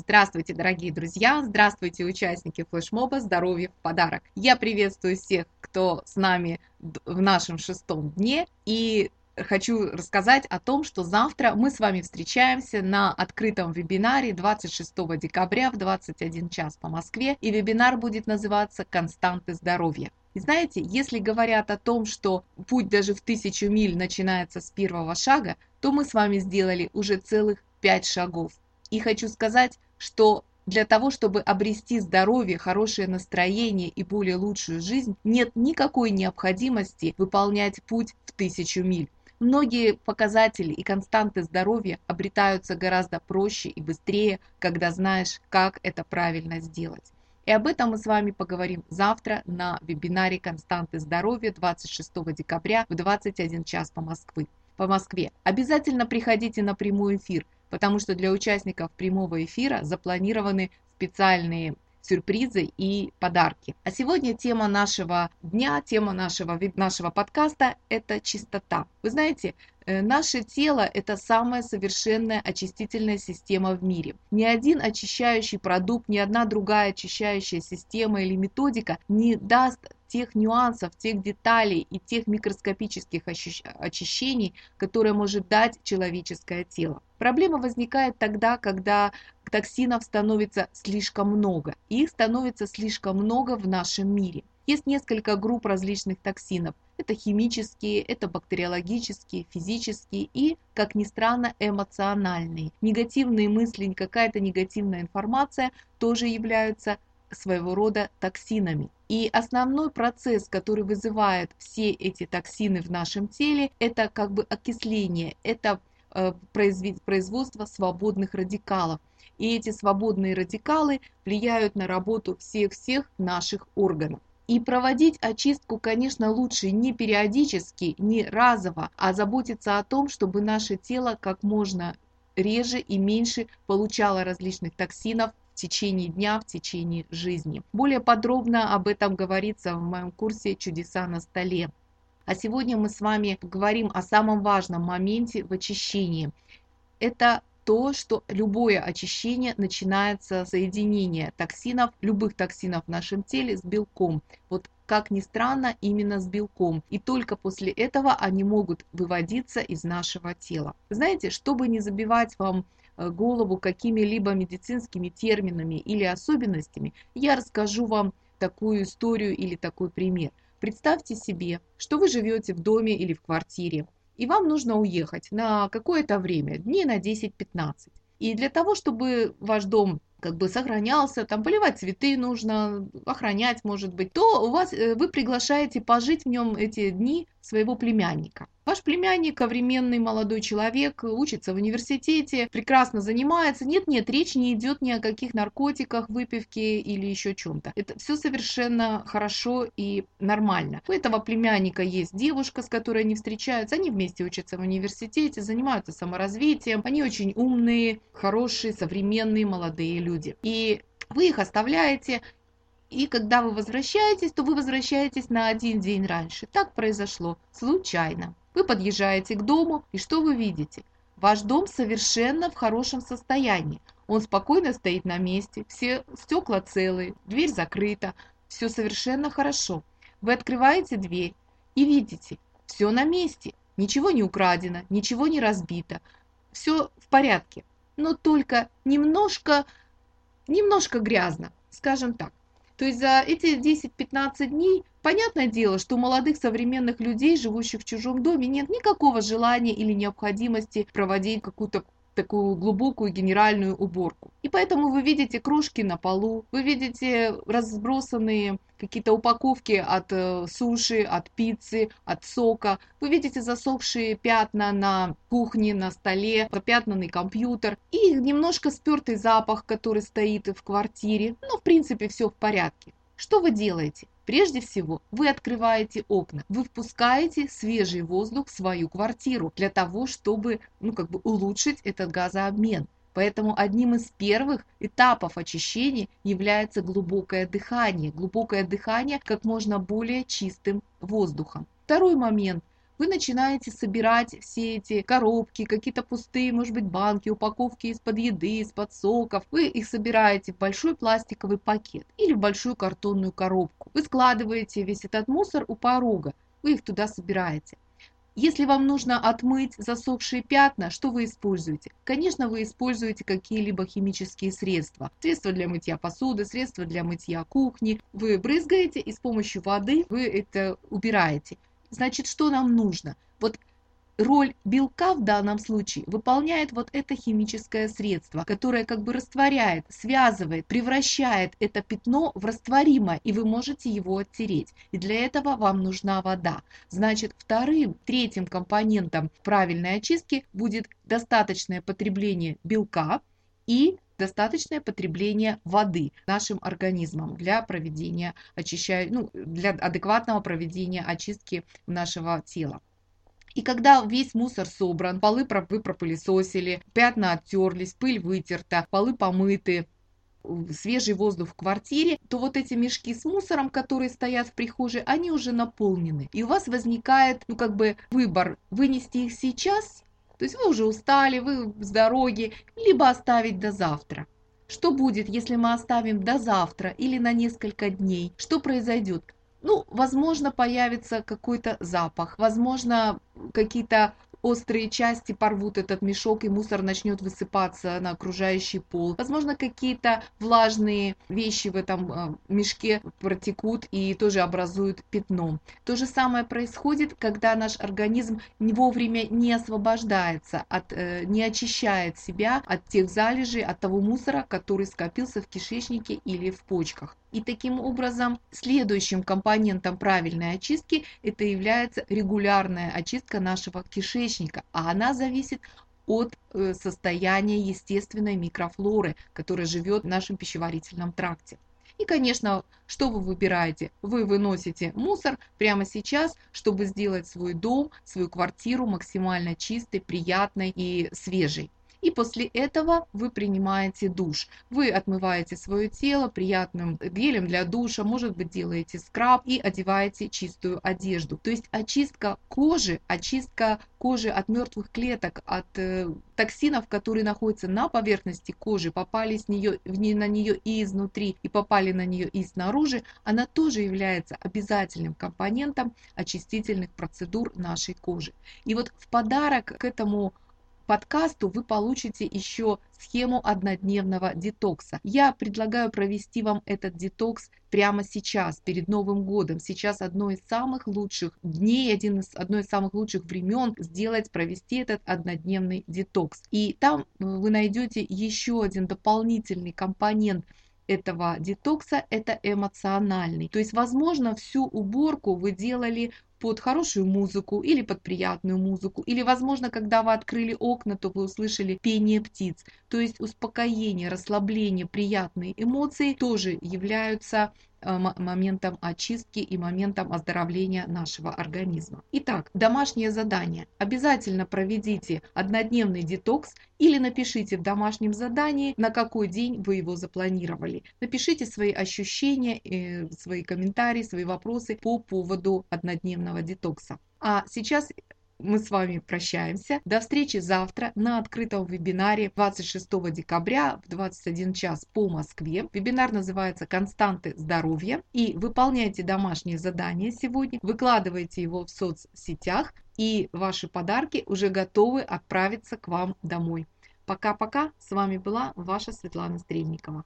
Здравствуйте, дорогие друзья! Здравствуйте, участники флешмоба «Здоровье в подарок». Я приветствую всех, кто с нами в нашем 6-м дне. И хочу рассказать о том, что завтра мы с вами встречаемся на открытом вебинаре 26 декабря в 21 час по Москве. И вебинар будет называться «Константы здоровья». И знаете, если говорят о том, что путь даже в 1000 миль начинается с первого шага, то мы с вами сделали уже целых 5 шагов. И хочу сказать, что для того, чтобы обрести здоровье, хорошее настроение и более лучшую жизнь, нет никакой необходимости выполнять путь в 1000 миль. Многие показатели и константы здоровья обретаются гораздо проще и быстрее, когда знаешь, как это правильно сделать. И об этом мы с вами поговорим завтра на вебинаре «Константы здоровья» 26 декабря в 21 час по Москве. Обязательно приходите на прямой эфир, потому что для участников прямого эфира запланированы специальные сюрпризы и подарки. А сегодня тема нашего дня, тема нашего подкаста – это чистота. Вы знаете, наше тело – это самая совершенная очистительная система в мире. Ни один очищающий продукт, ни одна другая очищающая система или методика не даст тех нюансов, тех деталей и тех микроскопических очищений, которые может дать человеческое тело. Проблема возникает тогда, когда токсинов становится слишком много. Их становится слишком много в нашем мире. Есть несколько групп различных токсинов. Это химические, это бактериологические, физические и, как ни странно, эмоциональные. Негативные мысли, какая-то негативная информация тоже являются своего рода токсинами. И основной процесс, который вызывает все эти токсины в нашем теле, это как бы окисление, это производство свободных радикалов. И эти свободные радикалы влияют на работу всех наших органов. И проводить очистку, конечно, лучше не периодически, не разово, а заботиться о том, чтобы наше тело как можно реже и меньше получало различных токсинов в течение дня, в течение жизни. Более подробно об этом говорится в моем курсе «Чудеса на столе». А сегодня мы с вами поговорим о самом важном моменте в очищении. Это то, что любое очищение начинается с соединения токсинов, любых токсинов в нашем теле с белком. Вот как ни странно, именно с белком. И только после этого они могут выводиться из нашего тела. Знаете, чтобы не забивать вам голову какими-либо медицинскими терминами или особенностями, я расскажу вам такую историю или такой пример. Представьте себе, что вы живете в доме или в квартире, и вам нужно уехать на какое-то время, дней на 10-15. И для того, чтобы ваш дом как бы сохранялся, там поливать цветы нужно, охранять, может быть, то вы приглашаете пожить в нем эти дни своего племянника. Ваш племянник, современный молодой человек, учится в университете, прекрасно занимается. Нет, речь не идет ни о каких наркотиках, выпивке или еще чем-то. Это все совершенно хорошо и нормально. У этого племянника есть девушка, с которой они встречаются. Они вместе учатся в университете, занимаются саморазвитием. Они очень умные, хорошие, современные молодые люди. И вы их оставляете. И когда вы возвращаетесь, то вы возвращаетесь на один день раньше. Так произошло случайно. Вы подъезжаете к дому, и что вы видите? Ваш дом совершенно в хорошем состоянии. Он спокойно стоит на месте, все стекла целые, дверь закрыта, все совершенно хорошо. Вы открываете дверь и видите, все на месте, ничего не украдено, ничего не разбито, все в порядке, но только немножко грязно, скажем так. То есть за эти 10-15 дней, понятное дело, что у молодых современных людей, живущих в чужом доме, нет никакого желания или необходимости проводить какую-то такую глубокую генеральную уборку. И поэтому вы видите крошки на полу, вы видите разбросанные какие-то упаковки от суши, от пиццы, от сока, вы видите засохшие пятна на кухне, на столе, запятнанный компьютер и немножко спертый запах, который стоит в квартире. Но в принципе все в порядке. Что вы делаете? Прежде всего, вы открываете окна, вы впускаете свежий воздух в свою квартиру для того, чтобы улучшить этот газообмен. Поэтому одним из первых этапов очищения является глубокое дыхание как можно более чистым воздухом. Второй момент. вы начинаете собирать все эти коробки, какие-то пустые, может быть, банки, упаковки из-под еды, из-под соков. Вы их собираете в большой пластиковый пакет или в большую картонную коробку. Вы складываете весь этот мусор у порога, вы их туда собираете. Если вам нужно отмыть засохшие пятна, что вы используете? Конечно, вы используете какие-либо химические средства. Средства для мытья посуды, средства для мытья кухни. Вы брызгаете и с помощью воды вы это убираете. Значит, что нам нужно? Вот роль белка в данном случае выполняет вот это химическое средство, которое как бы растворяет, связывает, превращает это пятно в растворимое, и вы можете его оттереть. И для этого вам нужна вода. Значит, третьим компонентом правильной очистки будет достаточное потребление белка и достаточное потребление воды нашим организмом для проведения для адекватного проведения очистки нашего тела. И когда весь мусор собран, полы вы пропылесосили, пятна оттерлись, пыль вытерта, полы помыты, свежий воздух в квартире, то вот эти мешки с мусором, которые стоят в прихожей, они уже наполнены. И у вас возникает, выбор: вынести их сейчас, то есть вы уже устали, вы с дороги, либо оставить до завтра. Что будет, если мы оставим до завтра или на несколько дней? Что произойдет? Возможно, появится какой-то запах, возможно, какие-то острые части порвут этот мешок, и мусор начнет высыпаться на окружающий пол. Возможно, какие-то влажные вещи в этом мешке протекут и тоже образуют пятно. То же самое происходит, когда наш организм вовремя не освобождается, не очищает себя от тех залежей, от того мусора, который скопился в кишечнике или в почках. И таким образом следующим компонентом правильной очистки это является регулярная очистка нашего кишечника, а она зависит от состояния естественной микрофлоры, которая живет в нашем пищеварительном тракте. И, конечно, что вы выбираете? Вы выносите мусор прямо сейчас, чтобы сделать свой дом, свою квартиру максимально чистой, приятной и свежей. И после этого вы принимаете душ. Вы отмываете свое тело приятным гелем для душа, может быть, делаете скраб и одеваете чистую одежду. То есть очистка кожи от мертвых клеток, от токсинов, которые находятся на поверхности кожи, попали на нее и изнутри, и попали на нее и снаружи, она тоже является обязательным компонентом очистительных процедур нашей кожи. И вот в подарок к этому подкасту вы получите еще схему однодневного детокса. Я предлагаю провести вам этот детокс прямо сейчас, перед Новым годом. Сейчас одно из самых лучших дней, одно из самых лучших времен провести этот однодневный детокс. И там вы найдете еще один дополнительный компонент этого детокса, это эмоциональный. То есть, возможно, всю уборку вы делали под хорошую музыку или под приятную музыку, или, возможно, когда вы открыли окна, то вы услышали пение птиц. То есть успокоение, расслабление, приятные эмоции тоже являются моментом очистки и моментом оздоровления нашего организма. Итак, домашнее задание. Обязательно проведите однодневный детокс или напишите в домашнем задании, на какой день вы его запланировали. Напишите свои ощущения, свои комментарии, свои вопросы по поводу однодневного детокса. А сейчас мы с вами прощаемся. До встречи завтра на открытом вебинаре 26 декабря в 21 час по Москве. Вебинар называется «Константы здоровья». И выполняйте домашнее задание сегодня, выкладывайте его в соцсетях, и ваши подарки уже готовы отправиться к вам домой. Пока-пока. С вами была ваша Светлана Стрельникова.